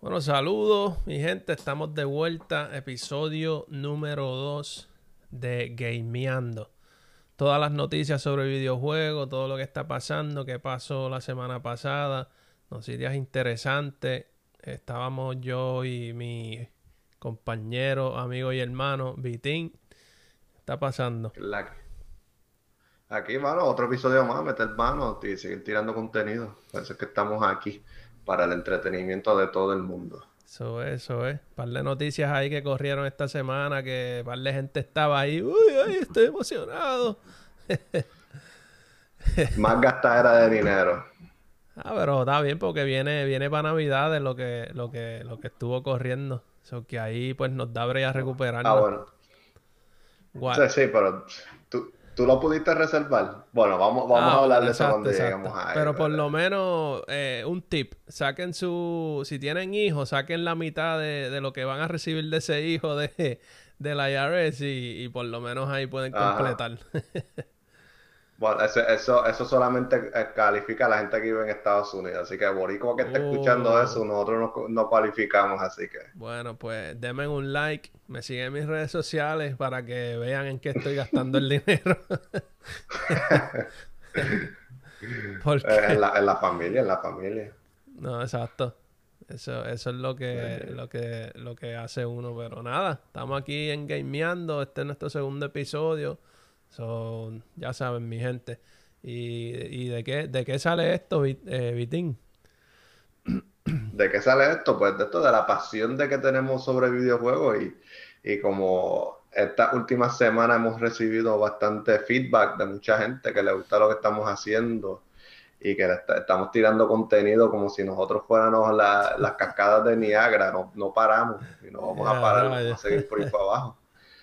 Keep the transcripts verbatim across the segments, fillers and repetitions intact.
Bueno, saludos, mi gente. Estamos de vuelta. Episodio número dos de Gameando. Todas las noticias sobre videojuegos, todo lo que está pasando, qué pasó la semana pasada, noticias interesantes. Estábamos yo y mi compañero, amigo y hermano, Vitín. ¿Qué está pasando? La- Aquí, mano, otro episodio más, meter mano y seguir tirando contenido. Por eso es que estamos aquí, para el entretenimiento de todo el mundo. Eso es, eso es. Un par de noticias ahí que corrieron esta semana, que un par de gente estaba ahí. Uy, ay, estoy emocionado. Más gastadera de dinero. Ah, pero está bien porque viene, viene para Navidad lo que, lo que, lo que estuvo corriendo. Eso que ahí pues nos da break a Ah, recuperarnos. bueno. Sí, Gua- sí, pero tú, tú lo pudiste reservar. Bueno, vamos, vamos Ah, a hablar bueno, de eso exacto, cuando exacto. lleguemos ahí, Pero por lo ¿verdad? menos eh, un tip. Saquen su... Si tienen hijos, saquen la mitad de, de lo que van a recibir de ese hijo de, del I R S y, y por lo menos ahí pueden Ajá. completar. Bueno, eso, eso, eso solamente eh, califica a la gente que vive en Estados Unidos. Así que, boricua que está escuchando Uh, eso, nosotros no, no cualificamos, así que. bueno, pues denme un like, me siguen en mis redes sociales para que vean en qué estoy gastando el dinero. Eh, En Porque, la, en la familia, en la familia. no, exacto. Eso, eso es lo que, Eh, lo que, lo que hace uno. Pero nada, estamos aquí en Gameando. Este es nuestro segundo episodio. So, ya saben, mi gente. ¿Y, y de qué, de qué sale esto, Vi- eh, Vitín? ¿De qué sale esto? Pues de esto, de la pasión de que tenemos sobre videojuegos y, y como estas últimas semanas hemos recibido bastante feedback de mucha gente que le gusta lo que estamos haciendo y que le está- estamos tirando contenido como si nosotros fuéramos la- las cascadas de Niágara, no, no paramos y no vamos a Ya, parar, vamos rayos. a seguir por ahí para abajo.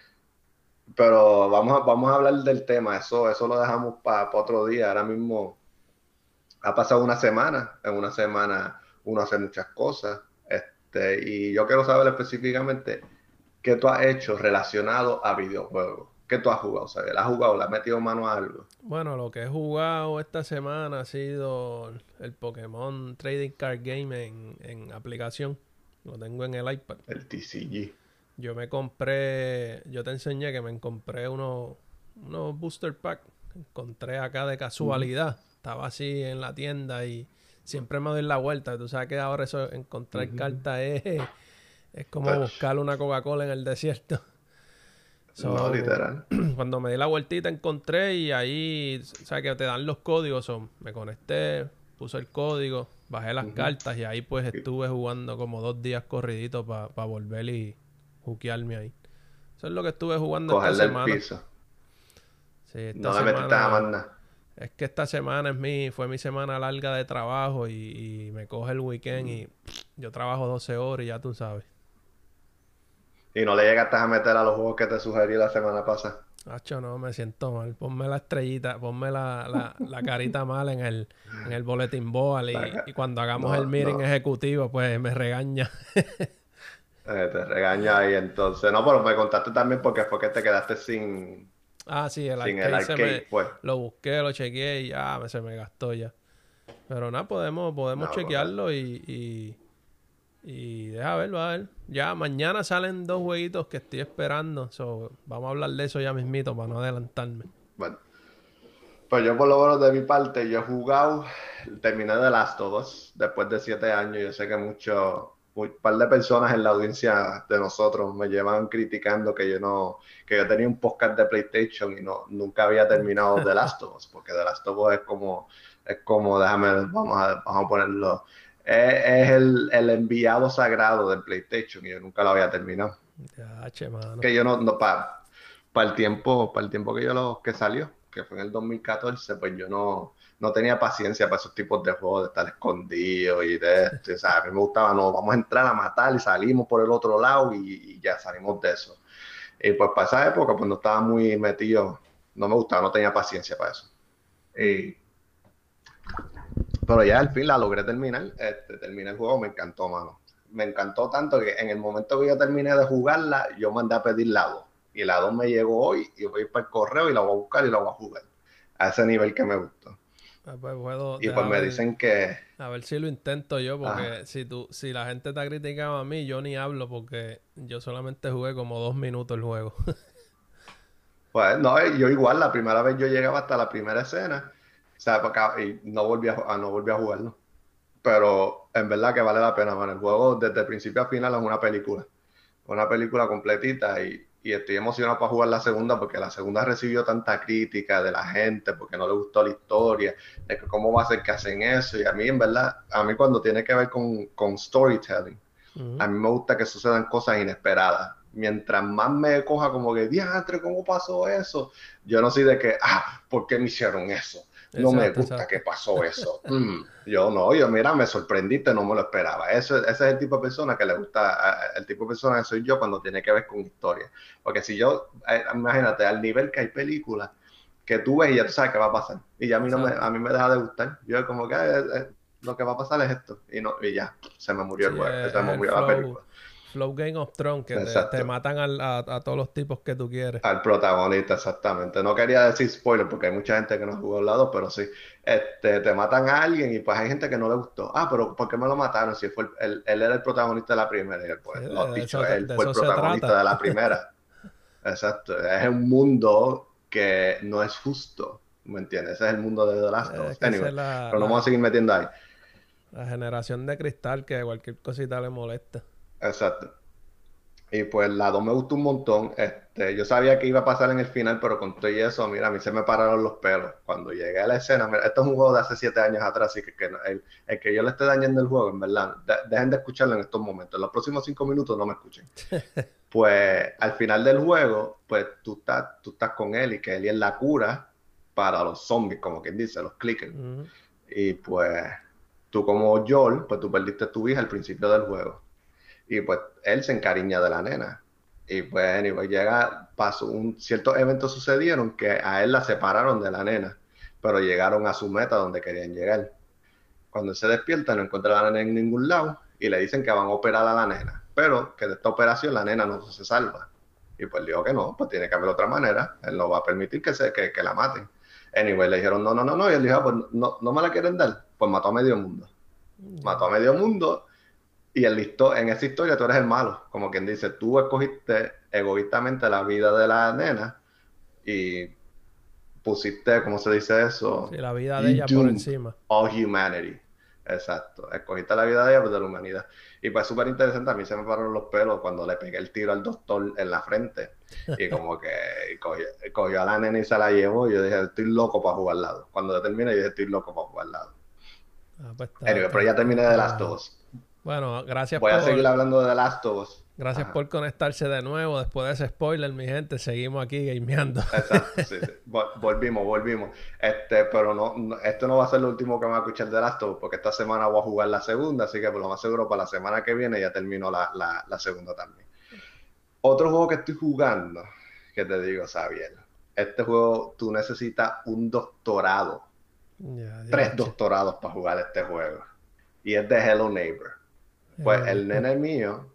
Pero vamos a, vamos a hablar del tema, eso, eso lo dejamos para otro día. Ahora mismo ha pasado una semana, en una semana uno hace muchas cosas, este, y yo quiero saber específicamente qué tú has hecho relacionado a videojuegos. ¿Qué tú has jugado? ¿Sabes? ¿Le has jugado? ¿Le has metido mano a algo? Bueno, lo que he jugado esta semana ha sido el Pokémon Trading Card Game en, en aplicación. Lo tengo en el iPad. El T C G. Yo me compré, yo te enseñé que me compré unos, unos booster pack. Encontré acá de Ujú. casualidad. Estaba así en la tienda y siempre me doy la vuelta. Tú sabes que ahora eso, encontrar Ujú. cartas es, es como Touch. buscar una Coca-Cola en el desierto. No, So, literal. cuando me di la vueltita encontré y ahí, o sea, que te dan los códigos. So, me conecté, puse el código, bajé las Ujú. cartas y ahí pues Y estuve jugando como dos días corriditos para pa volver y jukearme ahí. Eso es lo que estuve jugando esta cogerle el semana. piso. Sí, esta No le metiste a más semana, nada. es que esta semana es mi, fue mi semana larga de trabajo y, y me coge el weekend Mm. y yo trabajo doce horas y ya tú sabes. Y no le llegaste a meter a los juegos que te sugerí la semana pasada. Hacho, no, me siento mal. Ponme la estrellita, ponme la, la, la carita mal en el, en el bulletin board La y, ca- y cuando hagamos el No, meeting no. ejecutivo, pues me regaña. Eh, te regaña ahí entonces. No, pero me contaste también porque fue que te quedaste sin, Ah, sí, el sin el arcade se me... arcade, fue. Lo busqué, lo chequeé y ya me- se me gastó ya. Pero nada, podemos, podemos No, pues, chequearlo y, y, y deja ver, va a ver. Ya mañana salen dos jueguitos que estoy esperando. So, vamos a hablar de eso ya mismito para no adelantarme. bueno. Pues yo por lo menos de mi parte, yo he jugado, terminé de Last of Us después de siete años. Yo sé que mucho, un par de personas en la audiencia de nosotros me llevan criticando que yo no, que yo tenía un podcast de PlayStation y no, nunca había terminado The Last of Us, porque The Last of Us es como, es como, déjame, vamos a, vamos a ponerlo, es, es el, el enviado sagrado del PlayStation y yo nunca lo había terminado. Ya, che, mano. Que yo no, no para el tiempo, para el tiempo que yo lo, que salió, que fue en el dos mil catorce, pues yo no, no tenía paciencia para esos tipos de juegos, de estar escondido y de esto. O sea, a mí me gustaba, no, vamos a entrar a matar y salimos por el otro lado y, y ya salimos de eso. Y pues para esa época, pues no estaba muy metido, no me gustaba, no tenía paciencia para eso. Y, pero ya al fin la logré terminar, este, terminé el juego, me encantó, mano. Me encantó tanto que en el momento que yo terminé de jugarla, yo mandé a pedir la dos. Y la dos me llegó hoy y voy para el correo y la voy a buscar y la voy a jugar. A ese nivel que me gustó. Ah, pues puedo, Y pues deja me ver, dicen que, a ver si lo intento yo, ah, porque si tú, si la gente te ha criticado a mí, yo ni hablo porque yo solamente jugué como dos minutos el juego. pues no, eh, yo igual, la primera vez yo llegaba hasta la primera escena, o sea, porque- ah, y no volví a, ju- ah, no volví a jugarlo. Pero en verdad que vale la pena, man. El juego desde principio a final es una película. Una película completita y, y estoy emocionado para jugar la segunda porque la segunda recibió tanta crítica de la gente porque no le gustó la historia, de que cómo va a ser que hacen eso. Y a mí, en verdad, a mí cuando tiene que ver con, con storytelling, Ujú. a mí me gusta que sucedan cosas inesperadas. Mientras más me coja como que, diantre, ¿cómo pasó eso? Yo no soy de que, ah, ¿por qué me hicieron eso? No me Exacto, gusta que exacto. pasó eso. Mm, yo no, yo mira, me sorprendiste, no me lo esperaba. Eso, ese es el tipo de persona que le gusta, el tipo de persona que soy yo cuando tiene que ver con historia. Porque si yo, eh, imagínate, al nivel que hay películas que tú ves y ya tú sabes qué va a pasar. Y ya a mí, no me, a Exacto. mí me deja de gustar. Yo como que eh, eh, lo que va a pasar es esto. Y, no, y ya, se me murió el Sí, juego, es, se es me el murió la flow, película. flow Game of Thrones, que te, te Exacto. matan al- a, a todos los tipos que tú quieres. Al protagonista, exactamente. No quería decir spoiler porque hay mucha gente que no jugó al lado, pero sí. Este, te matan a alguien y pues hay gente que no le gustó. Ah, pero ¿por qué me lo mataron? Si fue el- él, él era el protagonista de la primera. Y él, Sí, pues, de, lo has de dicho, eso, él de fue el eso se protagonista trata. de la primera. Exacto. Es un mundo que no es justo. ¿Me entiendes? Ese es el mundo de The Last of Es Us. que esa Anyway, es la, pero no vamos a la, seguir metiendo ahí. la generación de cristal que cualquier cosita le molesta. Exacto. Y pues la dos me gustó un montón. Este, yo sabía que iba a pasar en el final, pero con todo y eso, mira, a mí se me pararon los pelos. Cuando llegué a la escena, mira, esto es un juego de hace siete años atrás, así que, que no- el, el que yo le esté dañando el juego, en verdad, de- dejen de escucharlo en estos momentos. En los próximos cinco minutos no me escuchen. Pues al final del juego, pues tú estás, tú estás con él y que él es la cura para los zombies, como quien dice, los clickers. Ujú. Y pues tú como Joel, pues tú perdiste a tu hija al principio del juego. Y pues él se encariña de la nena. Y pues, anyway, llega, pasó un ciertos eventos sucedieron que a él la separaron de la nena, pero llegaron a su meta donde querían llegar. Cuando él se despierta, no encuentra a la nena en ningún lado y le dicen que van a operar a la nena, pero que de esta operación la nena no se salva. Y pues dijo que no, pues tiene que haber otra manera, él no va a permitir que, se, que, que la maten. Anyway, le dijeron no, no, no, no, y él dijo, ah, pues no, no me la quieren dar, pues mató a medio mundo. Mató a Ya. medio mundo y en, listo, en esa historia tú eres el malo, como quien dice, tú escogiste egoístamente la vida de la nena y pusiste, ¿cómo se dice Sí, eso? la vida de You ella por doomed encima. all humanity. Exacto, escogiste la vida de ella, pues de la humanidad. Y pues súper interesante, a mí se me pararon los pelos cuando le pegué el tiro al doctor en la frente y como que cogió, cogió a la nena y se la llevó y yo dije, estoy loco para jugar al lado. Cuando yo terminé, yo dije, estoy loco para jugar al lado. Ah, pues está, Anyway, está, pero ya está, terminé está de Last of bueno. Us. Bueno, gracias Voy a seguir por, hablando de The Last of Us. gracias Ajá. por conectarse de nuevo después de ese spoiler, mi gente. Seguimos aquí gameando. Exacto, sí, sí. Vol- Volvimos, volvimos. Este, pero no, no- esto no va a ser lo último que me va a escuchar de Last of Us, porque esta semana voy a jugar la segunda, así que por lo más seguro para la semana que viene ya termino la, la, la segunda también. Otro juego que estoy jugando, que te digo, Xavier, este juego tú necesitas un doctorado, Ya, ya, tres che. doctorados para jugar este juego, y es de Hello Neighbor. Pues Hello, el Neighbor. nene mío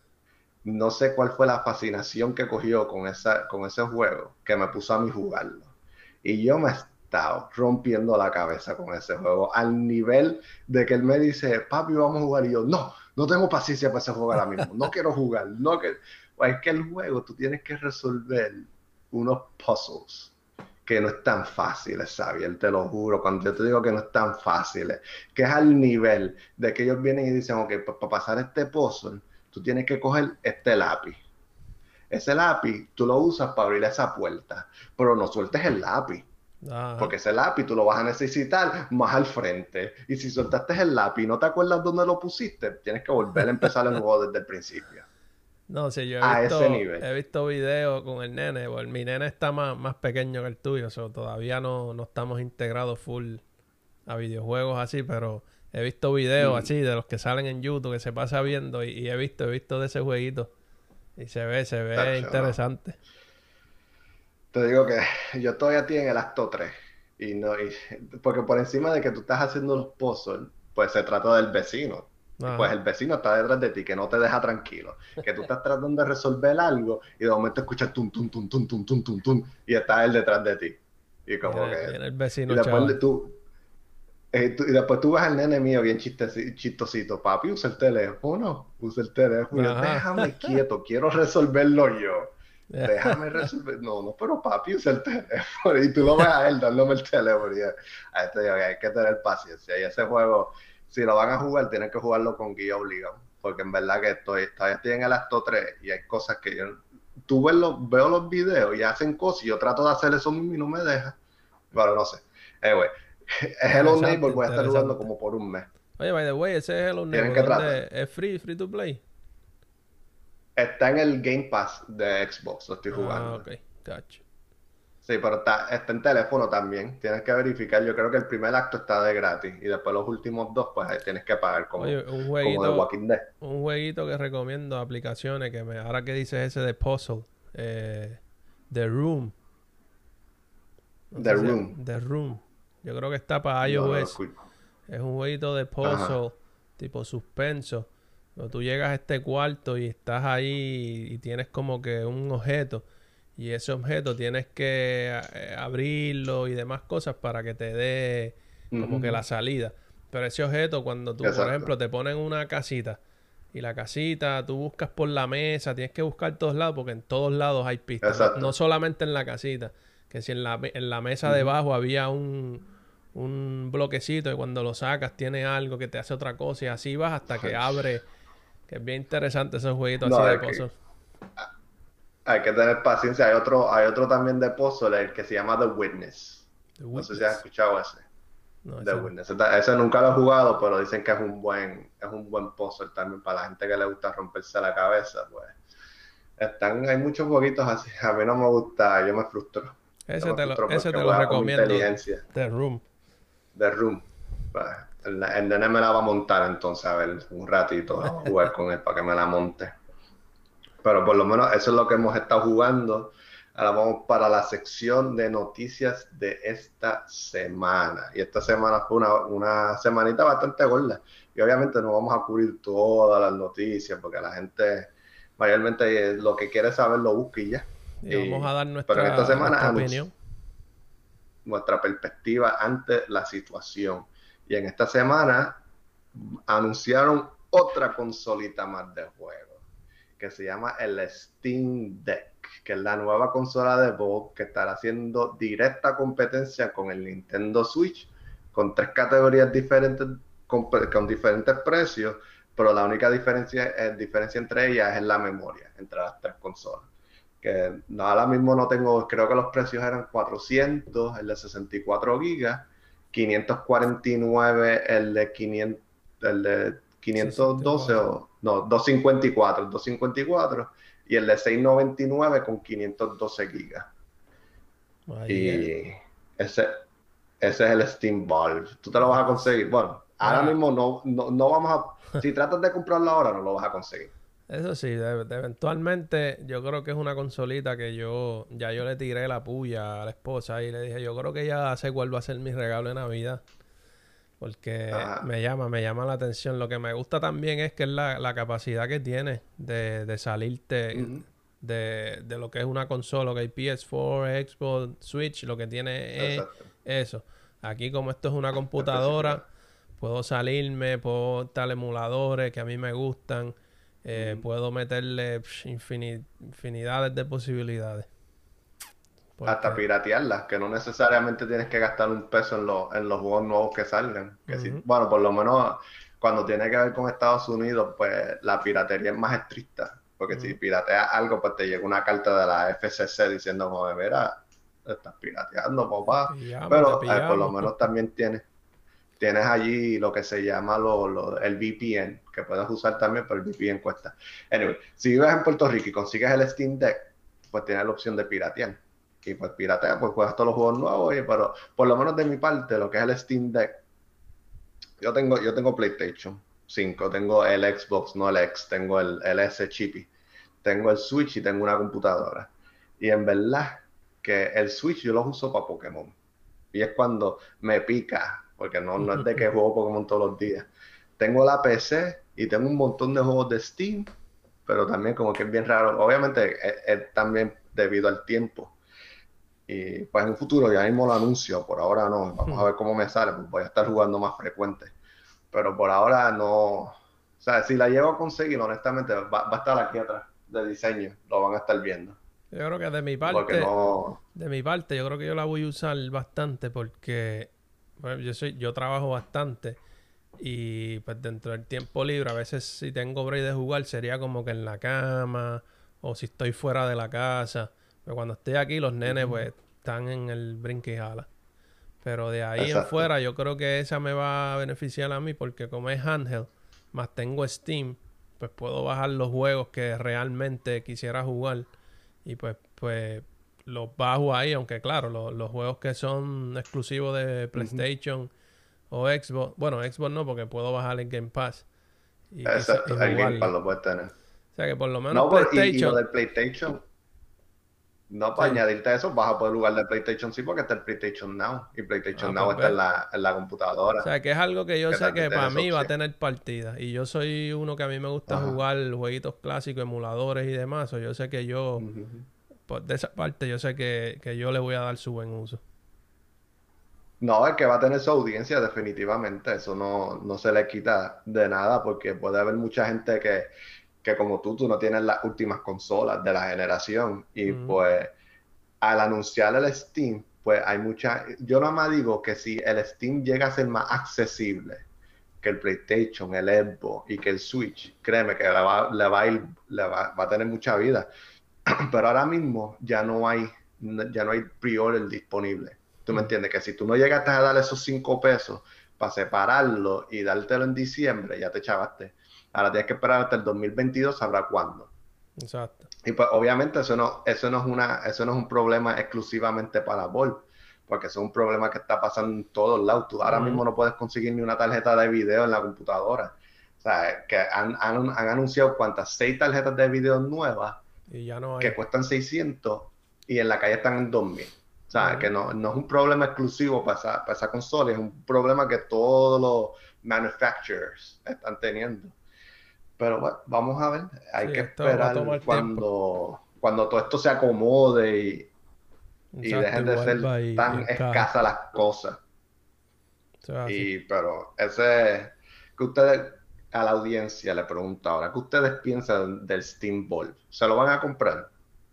no sé cuál fue la fascinación que cogió con, esa, con ese juego que me puso a mí jugarlo. Y yo me he estado rompiendo la cabeza con ese juego al nivel de que él me dice, papi, vamos a jugar. Y yo, no, no tengo paciencia para ese juego ahora mismo. No quiero jugar. No que... Pues es que el juego tú tienes que resolver unos puzzles que no es tan fáciles, Xavier, te lo juro, cuando yo te digo que no es tan fáciles, que es al nivel de que ellos vienen y dicen, ok, para pasar este puzzle, tú tienes que coger este lápiz. Ese lápiz tú lo usas para abrir esa puerta, pero no sueltes el lápiz, Ajá. porque ese lápiz tú lo vas a necesitar más al frente. Y si soltaste el lápiz y no te acuerdas dónde lo pusiste, tienes que volver a empezar el juego desde el principio. No, sí, yo he A ese visto, nivel. he visto videos con el nene. Bueno, mi nene está más, más pequeño que el tuyo, o sea, todavía no, no estamos integrados full a videojuegos así, pero he visto videos Mm, así de los que salen en YouTube que se pasa viendo y, y he visto, he visto de ese jueguito y se ve, se ve tacho, no. interesante. Te digo que yo todavía estoy en el acto tres. Y no, y, porque por encima de que tú estás haciendo los puzzles, pues se trata del vecino. Y pues Ajá. el vecino está detrás de ti, que no te deja tranquilo. Que tú estás tratando de resolver algo y de momento escuchas tum, tum, tum, tum, tum, tum, tum, tum, y está él detrás de ti. Y como Viene, que... viene el Y vecino después de chaval. tú... Eh, tú- y después tú ves al nene mío bien chisteci- chistosito, papi, usa el teléfono, usa el teléfono. Y yo, Ajá. déjame quieto, quiero resolverlo yo. Déjame resolver. No, no, pero papi, usa el teléfono. Y tú lo ves a él dándome el teléfono. Y yo, a este digo, hay que tener paciencia. Y ese juego, si lo van a jugar, tienen que jugarlo con guía obligado. Porque en verdad que estoy, todavía estoy en el acto tres y hay cosas que yo. Tú ves los, veo los videos y hacen cosas y yo trato de hacer eso mismo y no me deja. Bueno, no sé. Anyway. Hello Interesante, Neighbor voy a estar jugando interesante. como por un mes. Oye, by the way, ese es Hello Tienen Neighbor, que tratar. ¿dónde es free, free to play? Está en el Game Pass de Xbox, lo estoy Ah, jugando. ok, gotcha. Sí, pero está, está en teléfono también. Tienes que verificar. Yo creo que el primer acto está de gratis y después los últimos dos, pues ahí tienes que pagar como, Oye, un como de jueguito, Walking Dead. un jueguito que recomiendo, aplicaciones que me, ahora que dices ese de puzzle, eh, The Room, no The sé si Room. The Room, yo creo que está para No, no lo iOS, escucho. es un jueguito de Ajá. puzzle, tipo suspenso, cuando tú llegas a este cuarto y estás ahí y tienes como que un objeto y ese objeto tienes que eh, abrirlo y demás cosas para que te dé como que Ujú. la salida. Pero ese objeto, cuando tú, por ejemplo, Exacto. te ponen una casita y la casita, tú buscas por la mesa, tienes que buscar todos lados porque en todos lados hay pistas, no, no Exacto. solamente en la casita, que si en la, en la mesa Ujú. debajo había un, un bloquecito y cuando lo sacas tiene algo que te hace otra cosa y así vas hasta que abre, que es bien interesante esos jueguitos así No, de es que puzzle. hay que tener paciencia. Hay otro, hay otro también de puzzle, el que se llama The Witness. The No sé si has Witness. escuchado ese. No, The ese no. Witness. Ese, ese nunca lo he jugado, pero dicen que es un buen, es un buen puzzle también para la gente que le gusta romperse la cabeza, pues. Están, hay muchos jueguitos así. A mí no me gusta, yo me frustro. Yo Ese me te lo, frustro ese porque te lo juega con mi recomiendo. inteligencia. The Room. The Room. Pues, el, el nene me la va a montar entonces, a ver, un ratito, a jugar con él para que me la monte. Pero por lo menos eso es lo que hemos estado jugando. Ahora vamos para la sección de noticias de esta semana. Y esta semana fue una, una semanita bastante gorda. Y obviamente no vamos a cubrir todas las noticias porque la gente mayormente lo que quiere saber lo busca y ya. Y vamos a Y, dar pero en esta nuestra, semana nuestra anunció opinión. nuestra perspectiva ante la situación. Y en esta semana anunciaron otra consolita más de juego que se llama el Steam Deck, que es la nueva consola de Valve que estará haciendo directa competencia con el Nintendo Switch, con tres categorías diferentes, con, con diferentes precios, pero la única diferencia, eh, diferencia entre ellas es la memoria, entre las tres consolas. Que no, ahora mismo no tengo, creo que los precios eran cuatrocientos, el de sesenta y cuatro gigas, quinientos cuarenta y nueve el de quinientos, el de quinientos doce sesenta y cuatro. o no, doscientos cincuenta y cuatro, el doscientos cincuenta y cuatro y el de seiscientos noventa y nueve con quinientos doce gigas. Ahí es. Y ese, ese es el Steam Valve. Tú te lo vas a Nice. conseguir. Bueno, ahora Mira, mismo no, no, no vamos a, si tratas de comprarlo ahora, no lo vas a conseguir. eso sí, de- de- eventualmente yo creo que es una consolita que yo, ya yo le tiré la puya a la esposa y le dije, yo creo que ya sé cuál va a ser mi regalo de Navidad. Porque Ajá. me llama, me llama la atención. Lo que me gusta también es que es la, la capacidad que tiene de, de salirte Uh-huh. de, de lo que es una consola, que hay P S cuatro, Xbox, Switch, lo que tiene es Exacto. eso. Aquí como esto es una computadora, Específica. puedo salirme, puedo instalar emuladores que a mí me gustan, eh, Uh-huh. puedo meterle psh, infini- infinidades de posibilidades. Hasta Porque, piratearlas, que no necesariamente tienes que gastar un peso en, los en los juegos nuevos que salgan. Que sí, ujú, bueno, por lo menos cuando tiene que ver con Estados Unidos, pues la piratería es más estricta. Porque si ujú, pirateas algo, pues te llega una carta de la F C C diciendo, joder, mira, estás pirateando, te papá. pillamos, te Pero eh, por lo pillamos. menos también tienes, tienes allí lo que se llama lo, lo- el V P N, que puedes usar también, pero el V P N cuesta. Anyway, si vives en Puerto Rico y consigues el Steam Deck, pues tienes la opción de piratear. Y pues piratea, pues juegas todos los juegos nuevos, oye, pero por lo menos de mi parte, lo que es el Steam Deck, yo tengo, yo tengo PlayStation cinco, tengo el Xbox, no el X, tengo el, el S Chippy, tengo el Switch y tengo una computadora. Y en verdad que el Switch yo lo uso para Pokémon. Y es cuando me pica, porque no, no es de que juego Pokémon todos los días. Tengo la P C y tengo un montón de juegos de Steam, pero también como que es bien raro. Obviamente es, es también debido al tiempo. Y pues en un futuro ya mismo lo anuncio, por ahora no, vamos a Hmm. ver cómo me sale, pues voy a estar jugando más frecuente. Pero por ahora no, o sea, si la llego a conseguir, honestamente, va, va a estar aquí atrás de diseño, lo van a estar viendo, Yo creo que de mi porque parte, no, de mi parte, yo creo que yo la voy a usar bastante porque bueno, yo soy, yo trabajo bastante y pues dentro del tiempo libre, a veces si tengo break de jugar sería como que en la cama o si estoy fuera de la casa. Pero cuando estoy aquí, los nenes pues están en el brinque y jala. Pero de ahí en exacto, fuera yo creo que esa me va a beneficiar a mí porque como es handheld, más tengo Steam, pues puedo bajar los juegos que realmente quisiera jugar y pues, pues los bajo ahí, aunque claro, lo- los juegos que son exclusivos de ujú, PlayStation o Xbox, bueno, Xbox no porque puedo bajar el Game Pass y, quizá, y exacto, el Gamepad jugarlo. lo puedes tener. O sea que por lo menos No, por, y, y lo PlayStation, del PlayStation, no, para sí. añadirte a eso, vas a poder jugar de PlayStation sí, porque está el PlayStation Now, y Ah, PlayStation pues Now está en ve. la, en la O computadora, sea, que es algo que yo que sé también que tiene para esa mí va a opción. tener partida. Y yo soy uno que a mí me gusta Ajá. jugar jueguitos clásicos, emuladores y demás. O yo sé que yo, Ujú. pues de esa parte, yo sé que, que yo le voy a dar su buen uso. No, es que va a tener su audiencia definitivamente, eso no, no se le quita de nada porque puede haber mucha gente que, que como tú, tú no tienes las últimas consolas de la generación y Ujú, pues al anunciar el Steam, pues hay mucha, yo nada más digo que si el Steam llega a ser más accesible que el PlayStation, el Xbox y que el Switch, créeme que le va, le va a ir, le va, va a tener mucha vida. Pero ahora mismo ya no hay, ya no hay pre-order disponible. ¿Tú me ujú. entiendes? Que si tú no llegaste a dar esos cinco pesos para separarlo y dártelo en diciembre, ya te chavaste. Ahora tienes que esperar hasta el dos mil veintidós, sabrá cuándo. Exacto. Y pues obviamente eso no, eso no es una, eso no es un problema exclusivamente para Vol, porque eso es un problema que está pasando en todos lados. Tú ahora Ujú. mismo no puedes conseguir ni una tarjeta de video en la computadora. O sea, que han, han, han anunciado cuántas, seis tarjetas de video nuevas Y ya no que hay. cuestan seiscientos y en la calle están en dos mil. O sea, que Ujú. no, no es un problema exclusivo para esa, para esa consola, es un problema que todos los manufacturers están teniendo. Pero bueno, vamos a ver, Sí, hay que esto va a esperar tomar tiempo. cuando, cuando todo esto se acomode y, y Exacto, y dejen de ser vuelva y, y tan encaje. escasas las cosas. Eso es así. Y, pero ese, que ustedes, a la audiencia le pregunto ahora, ¿qué ustedes piensan del Steam Valve? ¿Se lo van a comprar?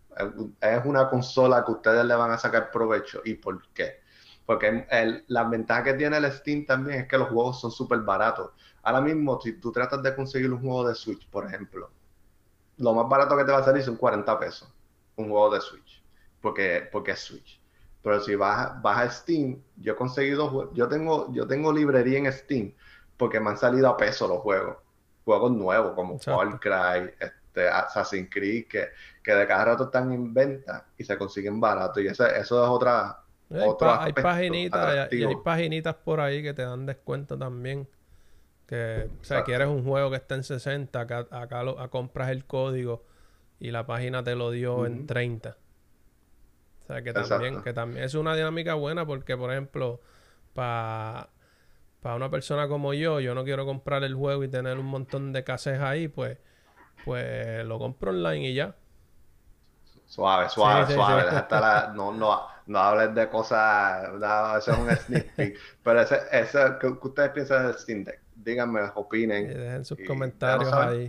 ¿Es una consola que ustedes le van a sacar provecho? ¿Y por qué? Porque el, la ventaja que tiene el Steam también es que los juegos son súper baratos. Ahora mismo, si tú tratas de conseguir un juego de Switch, por ejemplo, lo más barato que te va a salir son cuarenta pesos, un juego de Switch, porque, porque es Switch. Pero si vas, vas a Steam, yo he conseguido, jue- yo tengo, yo tengo librería en Steam, porque me han salido a peso los juegos, juegos nuevos como Far Exacto. Cry, este, Assassin's Creed, que, que de cada rato están en venta y se consiguen barato, y ese, eso es otra, Hay, otro pa- hay aspecto paginitas y hay atractivo. paginitas por ahí que te dan descuento también. Que, o sea, quieres Exacto, un juego que está en sesenta, acá, acá lo, a- compras el código y la página te lo dio en ujú, treinta. O sea, que también, exacto. que también es una dinámica buena porque, por ejemplo, para una persona como yo, yo no quiero comprar el juego y tener un montón de casas ahí, pues, pues lo compro online y ya. Suave, Sí, suave, sí, sí. suave. Deja estar la- no, no, no hables de cosas. No, eso es un sneak peek. Pero ese, ese, ¿qué, qué ustedes piensan del Steam Deck? Díganme, Y opinen dejen sus y déjanos comentarios saber. ahí.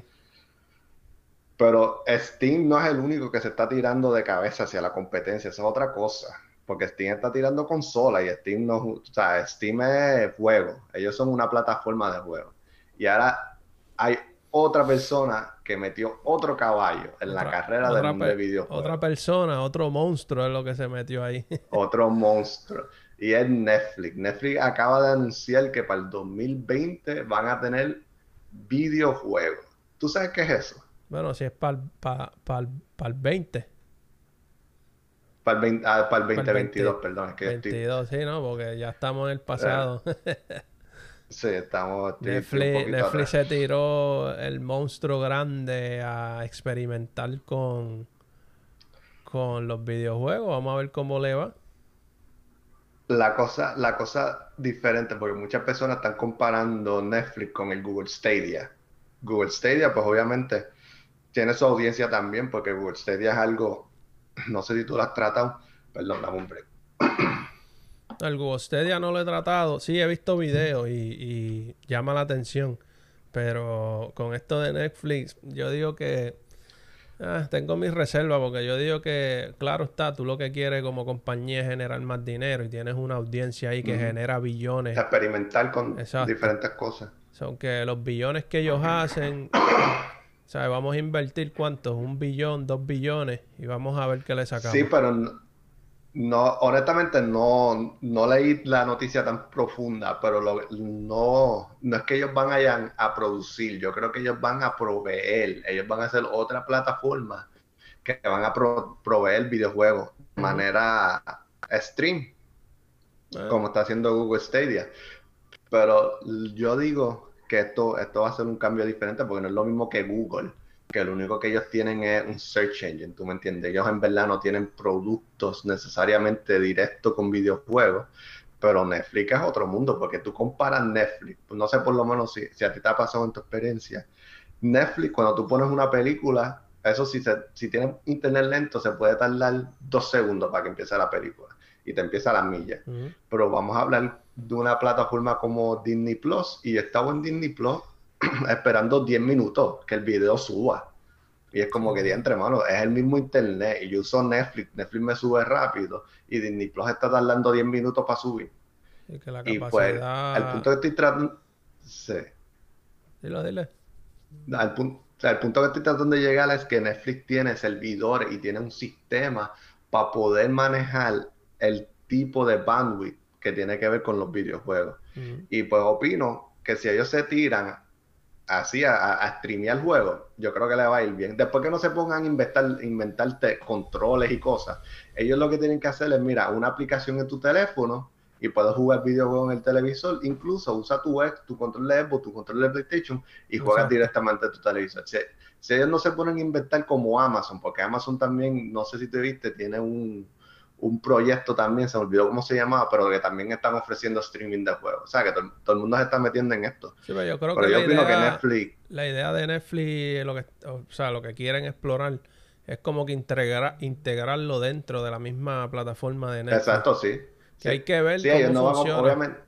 Pero Steam no es el único que se está tirando de cabeza hacia la competencia, eso es otra cosa. Porque Steam está tirando consola y Steam no, o sea, Steam es juego. Ellos son una plataforma de juego. Y ahora hay otra persona que metió otro caballo en la Otra, carrera del otra, mundo de pe- otra videojuegos. persona, otro monstruo es lo que se metió ahí. Otro monstruo. Y es Netflix. Netflix acaba de anunciar que para el dos mil veinte van a tener videojuegos. ¿Tú sabes qué es eso? Bueno, si es para el veinte, Para el, veinte, ah, para el para el dos mil veintidós, veinte, perdón, es que estoy, veintidós, sí, ¿no? Porque ya estamos en el eh, pasado. sí, estamos, estoy, estoy un Netflix, poquito Netflix atrás. se tiró el monstruo grande a experimentar con, con los videojuegos. Vamos a ver cómo le va. La cosa, la cosa diferente, porque muchas personas están comparando Netflix con el Google Stadia. Google Stadia, pues obviamente tiene su audiencia también, porque Google Stadia es algo, no sé si tú lo has tratado, Perdón, dame un break. El Google Stadia no lo he tratado. Sí, he visto videos y, y llama la atención. Pero con esto de Netflix, yo digo que ah, tengo mis reservas porque yo digo que, claro está, tú lo que quieres como compañía es generar más dinero y tienes una audiencia ahí que Ujú. genera billones. Experimentar con Exacto. diferentes cosas. Son que los billones que ellos hacen, ¿sabes? Vamos a invertir cuántos, un billón, dos billones y vamos a ver qué le Sí, sacamos. pero no, no, honestamente no, no leí la noticia tan profunda, pero lo- no, no es que ellos van allá a producir, yo creo que ellos van a proveer, ellos van a hacer otra plataforma que van a pro- proveer videojuegos de Ujú. manera stream, Ah, como está haciendo Google Stadia. Pero yo digo que esto, esto va a ser un cambio diferente porque no es lo mismo que Google, que lo único que ellos tienen es un search engine, ¿tú me entiendes? Ellos en verdad no tienen productos necesariamente directos con videojuegos, pero Netflix es otro mundo porque tú comparas Netflix, no sé por lo menos si, si a ti te ha pasado en tu experiencia. Netflix, cuando tú pones una película, eso si, se, si tienes internet lento, se puede tardar dos segundos para que empiece la película y te empieza las millas. ujú. Pero vamos a hablar de una plataforma como Disney Plus y yo estaba en Disney Plus esperando diez minutos que el video suba. Y es como que día Sí, entre manos, es el mismo internet y yo uso Netflix, Netflix me sube rápido y Disney Plus está tardando diez minutos para subir. sí, que la Y pues el capacidad... punto que estoy tratando, sí, Dilo, dile. al punto, o sea, el punto que estoy tratando de llegar es que Netflix tiene servidores y tiene un sistema para poder manejar el tipo de bandwidth que tiene que ver con los videojuegos. Ujú. Y pues opino que si ellos se tiran así a, a, a streamear juegos, yo creo que le va a ir bien. Después que no se pongan a inventar, inventarte controles y cosas, ellos lo que tienen que hacer es, mira, una aplicación en tu teléfono y puedes jugar videojuegos en el televisor, incluso usa tu ex, tu control de Xbox, tu control de PlayStation y juegas Exacto. directamente a tu televisor. Si, si ellos no se ponen a inventar como Amazon, porque Amazon también, no sé si te viste, tiene un, un proyecto también, se me olvidó cómo se llamaba, pero que también están ofreciendo streaming de juegos. O sea, que to todo el mundo se está metiendo en esto. Sí, pero yo creo Pero que la yo opino que idea, Netflix, la idea de Netflix, lo que, o sea, lo que quieren explorar es como que integrar, integrarlo dentro de la misma plataforma de Netflix. exacto, sí, Que sí, hay que ver sí, ellos cómo no van, a- funciona. obviamente,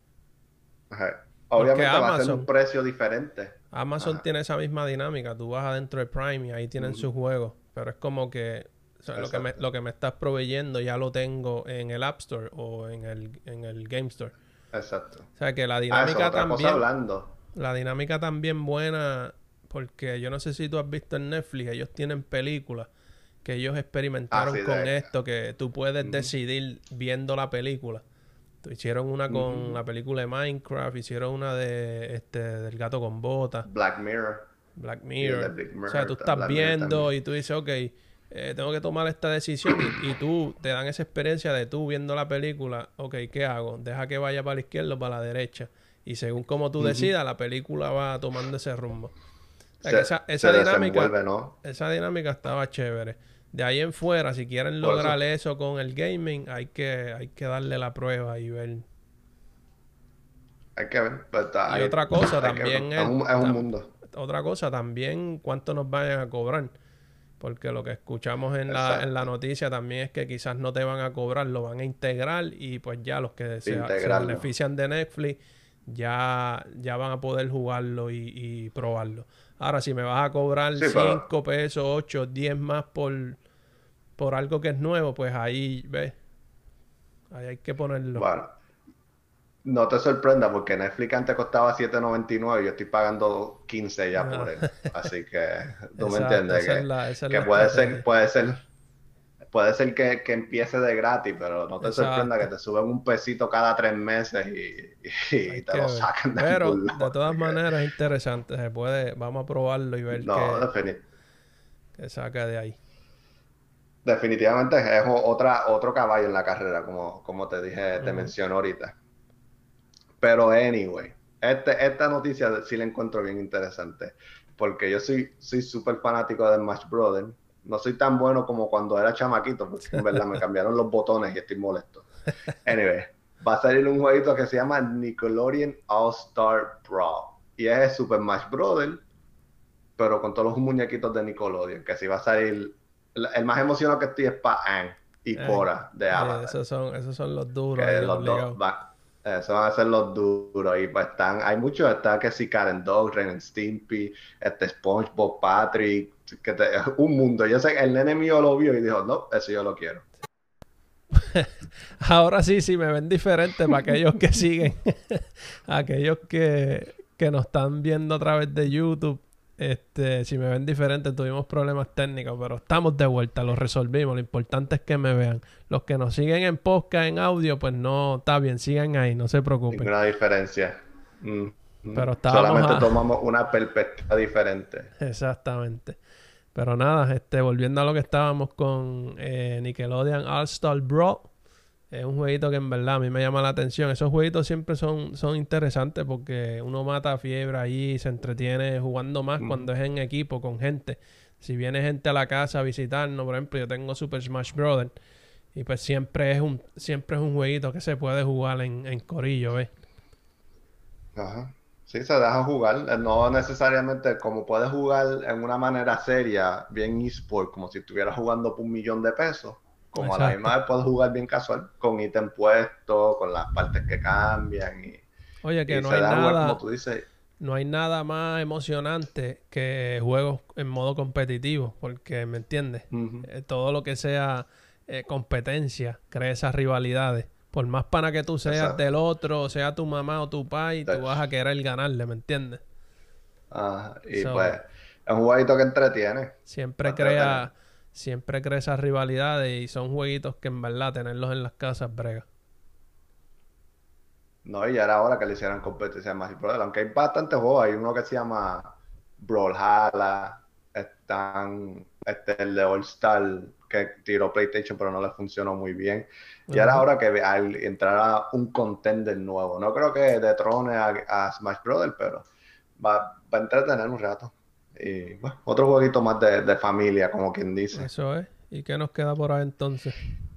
ajá, Porque obviamente va a ser un Amazon, precio diferente. Amazon Ajá, tiene esa misma dinámica. Tú vas adentro de Prime y ahí tienen ujú, sus juegos. Pero es como que, o sea, lo que me, exacto, lo que me estás proveyendo ya lo tengo en el App Store o en el, en el Game Store. exacto. O sea que la Ah, eso, dinámica otra cosa también, hablando. la dinámica también buena, porque yo no sé si tú has visto en Netflix, ellos tienen películas que ellos experimentaron Así con de, esto, que tú puedes ujú, decidir viendo la película. Hicieron una con ujú. la película de Minecraft, hicieron una de este del gato con botas, Black Mirror Black y el de Mirror. Big O sea, tú Mirror, estás Black Mirror viendo también. y tú dices, ok, eh, tengo que tomar esta decisión y, y tú te dan esa experiencia de tú viendo la película, ok, ¿qué hago? Deja que vaya para la izquierda o para la derecha. Y según como tú Ujú. decidas, la película va tomando ese rumbo. O sea, que Se, esa, esa se dinámica, desenvuelve, ¿no? esa dinámica estaba chévere. De ahí en fuera, si quieren Por lograr eso, eso con el gaming, hay que, hay que darle la prueba y ver. hay que ver, pero está Y ahí, otra cosa hay que ver. también Es es, un, es un tam- mundo. otra cosa también cuánto nos vayan a cobrar. Porque lo que escuchamos en la, en la Exacto. noticia también es que quizás no te van a cobrar, lo van a integrar y pues ya los que se, se Integrarlo. benefician de Netflix ya, ya van a poder jugarlo y, y probarlo. Ahora, si me vas a cobrar Sí, pero cinco pesos, ocho diez más por, por algo que es nuevo, pues ahí, ves, ahí hay que ponerlo. bueno, no te sorprenda porque Netflix antes costaba siete noventa y nueve y yo estoy pagando quince ya por Ah, él. Así que tú me exacto, entiendes esa es que, la, esa es la que puede ser, estrategia. puede ser, puede ser que, que empiece de gratis, pero no te sorprenda que Exacto. te suben un pesito cada tres meses y, Hay y te que lo ver. sacan de Pero algún de lado. todas Así que, maneras es interesante. Se puede, vamos a probarlo y ver no, qué, defini- qué saca de ahí. definitivamente es o- otra, otro caballo en la carrera, como, como te dije, te Ujú. menciono ahorita. Pero anyway, este, esta noticia sí la encuentro bien interesante, porque yo soy soy súper fanático de Smash Brothers. No soy tan bueno como cuando era chamaquito, porque en verdad me cambiaron los botones y estoy molesto. Anyway, va a salir un jueguito que se llama Nickelodeon All-Star Brawl. Y es Super Smash Brothers, pero con todos los muñequitos de Nickelodeon, que si va a salir... El más emocionado que estoy es para Anne. y Eh, Korra de eh, Avatar. esos son, esos son los duros Que ahí los dos obligados. van, eso van a ser los duros. Y pues están, hay muchos, está que si Karen Dog, Ren and Stimpy, este SpongeBob, Patrick, que te- un mundo. Yo sé que el nene mío lo vio y dijo, no, eso yo lo quiero. Ahora sí, sí me ven diferente para aquellos que siguen, aquellos que, que nos están viendo a través de YouTube. Este, si me ven diferente, tuvimos problemas técnicos, pero estamos de vuelta, los resolvimos. Lo importante es que me vean. Los que nos siguen en podcast, en audio, pues no, está bien, sigan ahí, no se preocupen. Ninguna diferencia. Mm, mm. Pero estábamos Solamente a... tomamos una perspectiva diferente. Exactamente. Pero nada, este, volviendo a lo que estábamos con eh, Nickelodeon All-Star Brawl. Es un jueguito que en verdad a mí me llama la atención. Esos jueguitos siempre son, son interesantes porque uno mata fiebre ahí y se entretiene jugando más Mm. cuando es en equipo, con gente. Si viene gente a la casa a visitarnos, por ejemplo, yo tengo Super Smash Bros. Y pues siempre es un, siempre es un jueguito que se puede jugar en, en corillo, ¿ves? Ajá. Sí, se deja jugar. Eh, No necesariamente como puedes jugar en una manera seria, bien eSport, como si estuvieras jugando por un millón de pesos. Como a la Exacto. misma vez puedes jugar bien casual, con ítem puestos, con las partes que cambian y, Oye, que y no se hay deja jugar como nada, tú dices. no hay nada más emocionante que juegos en modo competitivo, porque, ¿me entiendes? Ujú. Eh, todo lo que sea eh, competencia crea esas rivalidades. Por más pana que tú seas Exacto. del otro, sea tu mamá o tu pai, tú vas a Touch. querer ganarle, ¿me entiendes? Ajá. Y pues So, es un jueguito que entretiene, siempre para entretener. crea, siempre crea esas rivalidades y son jueguitos que en verdad tenerlos en las casas brega. No, y ya era hora que le hicieran competencia más y Brothers. Aunque hay bastantes juegos, hay uno que se llama Brawlhalla, están este, el de All Star que tiró PlayStation pero no le funcionó muy bien. Y era Ajá. hora que al- entrara un contender nuevo. No creo que detrone a, a Smash Brothers, pero va, va a entretener un rato. Y bueno, otro jueguito más de, de familia, como quien dice. Eso es. ¿Y qué nos queda por ahí entonces?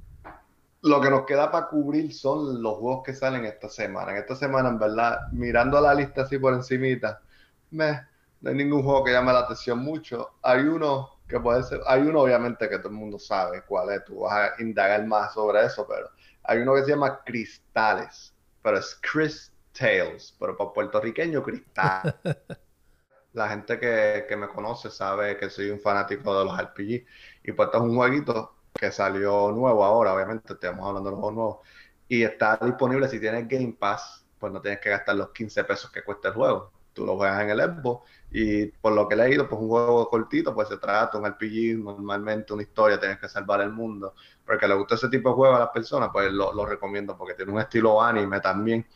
Lo que nos queda para cubrir son los juegos que salen esta semana. En esta semana, en verdad, mirando la lista así por encimita, me, no hay ningún juego que llame la atención mucho. Hay uno que puede ser, hay uno obviamente que todo el mundo sabe cuál es, tú vas a indagar más sobre eso, pero hay uno que se llama Cristales, pero es Chris Tales, pero para puertorriqueño Cristal. La gente que, que me conoce sabe que soy un fanático de los R P G. Y pues esto es un jueguito que salió nuevo ahora, obviamente, estamos hablando de los juegos nuevos. Y está disponible si tienes Game Pass, pues no tienes que gastar los quince pesos que cuesta el juego. Tú lo juegas en el Xbox y por lo que he leído, pues un juego cortito, pues se trata un R P G, normalmente una historia, tienes que salvar el mundo. Pero que le gusta ese tipo de juego a las personas, pues lo, lo recomiendo porque tiene un estilo anime también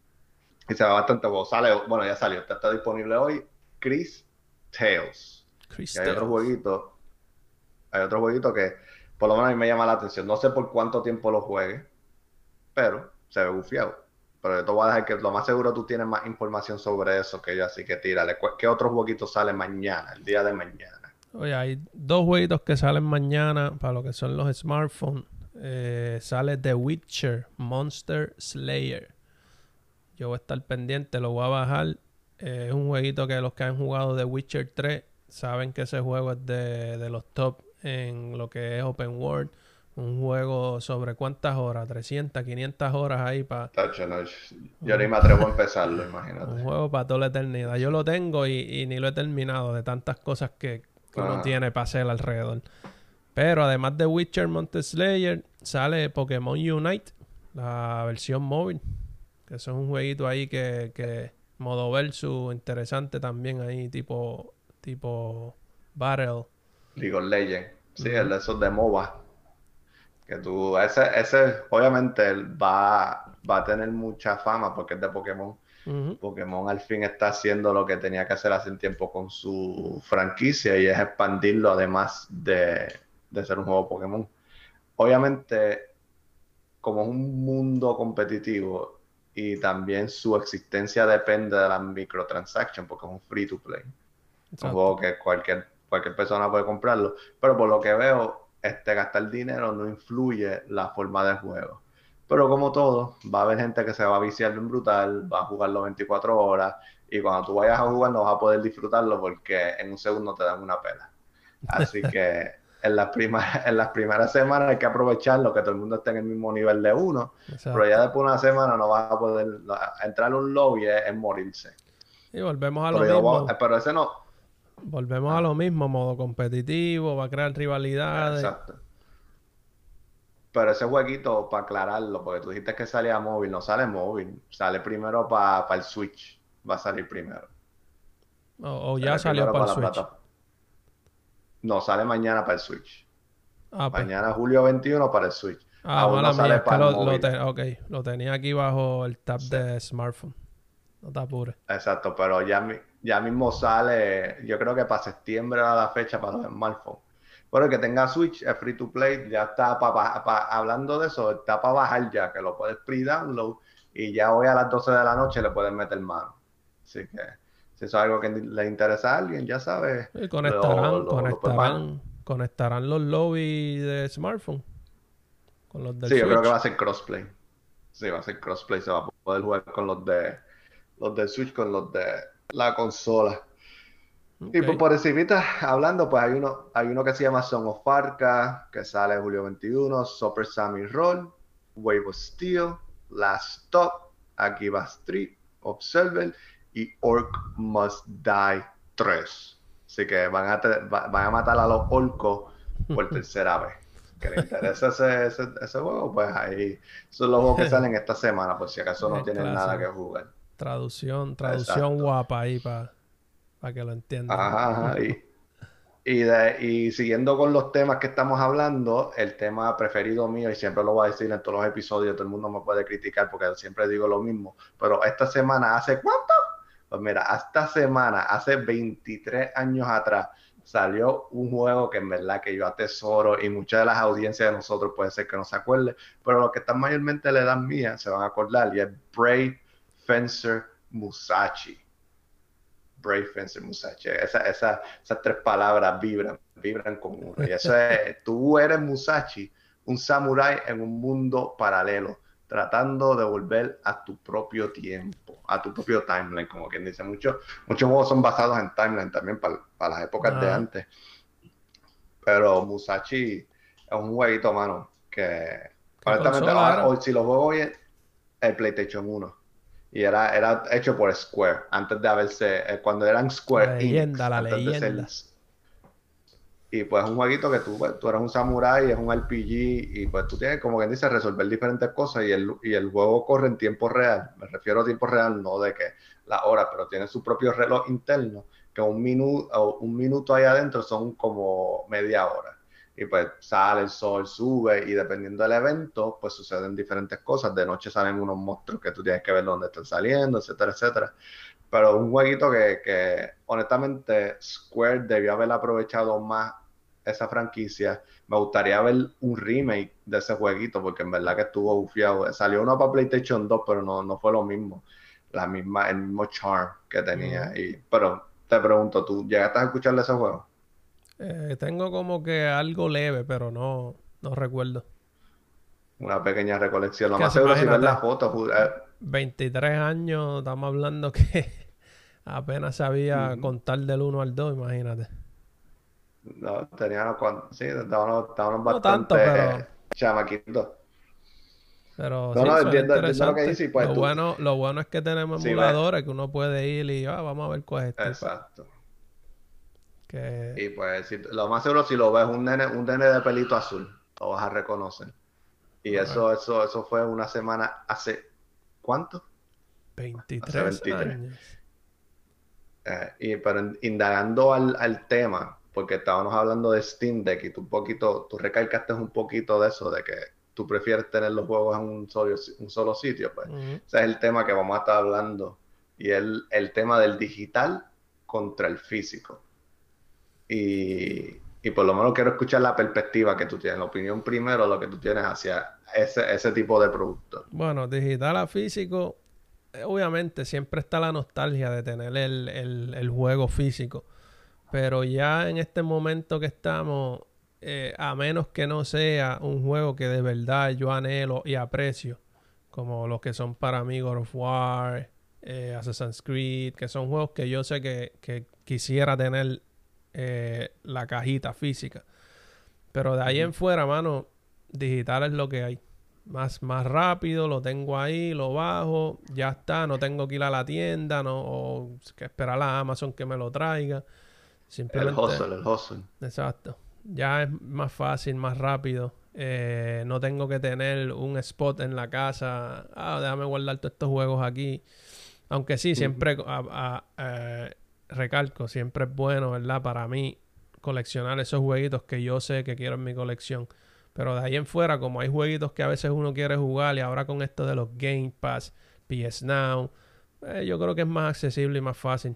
y se ve bastante bueno. Sale, bueno, ya salió, está, está disponible hoy. Chris Tales. Y hay otro Cristales. jueguito, hay otro jueguito que por lo menos a mí me llama la atención. No sé por cuánto tiempo lo juegue, pero se ve bufiado. Pero yo te voy a dejar que lo más seguro tú tienes más información sobre eso que yo, así que tírale. ¿Qué otro jueguito sale mañana, el día de mañana? Oye, hay dos jueguitos que salen mañana para lo que son los smartphones. Eh, sale The Witcher Monster Slayer. Yo voy a estar pendiente, lo voy a bajar. Eh, es un jueguito que los que han jugado The Witcher tres saben que ese juego es de, de los top en lo que es Open World. Un juego sobre cuántas horas, trescientas, quinientas horas ahí para... Tacho, no, yo ni Un, me atrevo a empezarlo, un imagínate. juego para toda la eternidad. Yo lo tengo y, y ni lo he terminado de tantas cosas que, que uno Ajá. tiene para hacer alrededor. Pero además de Witcher Monster Slayer, sale Pokémon Unite, la versión móvil. Que eso es un jueguito ahí que, que modo versus interesante también ahí, tipo, tipo Battle. League of Legends. Sí, el Ujú, de esos de MOBA. Que tú, ese, ese obviamente va, va a tener mucha fama porque es de Pokémon. ujú. Pokémon al fin está haciendo lo que tenía que hacer hace un tiempo con su franquicia y es expandirlo además de, de ser un juego Pokémon. Obviamente, como es un mundo competitivo y también su existencia depende de las microtransactions porque es un free to play. Un Exacto. juego que cualquier, cualquier persona puede comprarlo. Pero por lo que veo, este, gastar dinero no influye la forma de juego. Pero como todo, va a haber gente que se va a viciar bien brutal, va a jugarlo veinticuatro horas y cuando tú vayas a jugar no vas a poder disfrutarlo porque en un segundo te dan una pela. Así que en las, prima- en las primeras semanas hay que aprovecharlo, que todo el mundo esté en el mismo nivel de uno, pero ya Exacto. después de una semana no vas a poder la- entrar a un lobby es, es morirse. Y volvemos a lo Pero yo lo voy mismo. a- pero ese no. Volvemos a lo Ajá, mismo, modo competitivo, va a crear rivalidades. exacto. Pero ese jueguito, para aclararlo, porque tú dijiste que salía móvil, no sale móvil, sale primero para el Switch, va a salir primero. O, o ya Sale salió primero para el para la Switch. plataforma. No, sale mañana para el Switch. Ah, pues. Mañana, julio veintiuno, para el Switch. Ah, Aún no mala mía, sale es que para el lo, lo, móvil. te- ok, lo tenía aquí bajo el tab Sí, de smartphone. No te apures. exacto, pero ya, mi- ya mismo sale, yo creo que para septiembre era la fecha para los smartphones. Pero el que tenga Switch es free to play, ya está para, hablando de eso, está para bajar ya, que lo puedes pre-download y ya hoy a las doce de la noche le puedes meter mano. Así que si eso es algo que le interesa a alguien, ya sabes, Y lo, conectarán, lo, lo puedes bajar. conectarán, conectarán los lobbies de smartphone con los del Sí, yo creo que va Switch. a ser crossplay. Sí, va a ser crossplay, se va a poder jugar con los de los de Switch, con los de la consola. Y Ok. pues por encimita, hablando, pues hay uno, hay uno que se llama Song of Farca, que sale julio veintiuno, Super Sammy Roll, Wave of Steel, Last Stop, Akiba Street, Observer y Orc Must Die tres. Así que van a, te- va- van a matar a los orcos por tercera vez. Que le interesa ese, ese, ese juego, pues ahí son los juegos que salen esta semana, por si acaso no El tienen nada que clásico. jugar. Traducción, traducción Exacto. guapa ahí para que lo entiendan. Ajá, ajá. Y, Y, de- y siguiendo con los temas que estamos hablando, el tema preferido mío, y siempre lo voy a decir en todos los episodios, todo el mundo me puede criticar porque siempre digo lo mismo, pero esta semana, ¿hace cuánto? Pues mira, esta semana, hace veintitrés años atrás, salió un juego que en verdad que yo atesoro y muchas de las audiencias de nosotros puede ser que no se acuerden, pero los que están mayormente en la edad mía se van a acordar, y es Brave Fencer Musashi. Brave Fencer Musashi. Esa, esa, esas tres palabras vibran, vibran con uno. Y eso es, tú eres Musashi, un samurái en un mundo paralelo, tratando de volver a tu propio tiempo, a tu propio timeline, como quien dice. Muchos, muchos juegos son basados en timeline también para, para las épocas de Ajá. antes. Pero Musashi es un jueguito, mano, que ¿Qué honestamente, consola ahora, era? hoy si lo juego hoy es el PlayStation uno. Y era, era hecho por Square, antes de haberse, eh, cuando eran La Square leyenda, Enix, la antes de ser. leyenda. Y pues es un jueguito que tú, pues, tú eres un samurái, es un R P G, y pues tú tienes, como quien dice, resolver diferentes cosas, y el, y el juego corre en tiempo real. Me refiero a tiempo real, no de que la hora, pero tiene su propio reloj interno, que un minuto, un minuto ahí adentro son como media hora. Y pues sale el sol, sube, y dependiendo del evento, pues suceden diferentes cosas. De noche salen unos monstruos que tú tienes que ver dónde están saliendo, etcétera, etcétera. Pero un jueguito que, que honestamente Square debió haber aprovechado más esa franquicia. Me gustaría ver un remake de ese jueguito porque en verdad que estuvo bufiado. Salió uno para PlayStation dos, pero no, no fue lo mismo. La misma, el mismo charm que tenía. Ujú. Y, pero te pregunto, ¿tú llegaste a escucharle ese juego? Eh, tengo como que algo leve, pero no, no recuerdo. Una pequeña recolección. Es Lo que más así, seguro si ves la imagínate, foto, ju- eh, veintitrés años, estamos hablando que apenas sabía ujú. contar del uno al dos, imagínate. No, teníamos, cuan- sí, estábamos, estábamos No tanto, bastante pero, eh, chamaquitos. pero No, sí, no, suena entiendo, entiendo lo que interesante. dice y pues Lo tú, bueno, lo bueno es que tenemos si ves, emuladores que uno puede ir y ah, vamos a ver cuál es este y pa. exacto. Que Y pues si- lo más seguro si lo ves un nene, un nene de pelito azul, lo vas a reconocer. Y a ver, eso, eso, eso fue una semana hace, ¿cuánto? Hace veintitrés veintitrés. años. Eh, y pero indagando al, al tema, porque estábamos hablando de Steam Deck y tú un poquito, tú recalcaste un poquito de eso, de que tú prefieres tener los juegos en un solo, un solo sitio, pues Ujú. ese es el tema que vamos a estar hablando. Y el, el tema del digital contra el físico. Y, y por lo menos quiero escuchar la perspectiva que tú tienes, la opinión primero, lo que tú tienes hacia ese, ese tipo de producto. Bueno, digital a físico, eh, obviamente siempre está la nostalgia de tener el, el, el juego físico. Pero ya en este momento que estamos, eh, a menos que no sea un juego que de verdad yo anhelo y aprecio, como los que son para mí God of War, eh, Assassin's Creed, que son juegos que yo sé que, que quisiera tener eh, la cajita física. Pero de ahí Ujú. en fuera, mano, digital es lo que hay. Más, más rápido, lo tengo ahí, lo bajo, ya está, no tengo que ir a la tienda, no, o que esperar a Amazon que me lo traiga. El Simplemente, hustle, el hustle. exacto. Ya es más fácil, más rápido. Eh, no tengo que tener un spot en la casa. Ah, déjame guardar todos estos juegos aquí. Aunque sí, Ujú. siempre a- a- eh, recalco, siempre es bueno, ¿verdad? Para mí, coleccionar esos jueguitos que yo sé que quiero en mi colección. Pero de ahí en fuera, como hay jueguitos que a veces uno quiere jugar y ahora con esto de los Game Pass, P S Now, eh, yo creo que es más accesible y más fácil.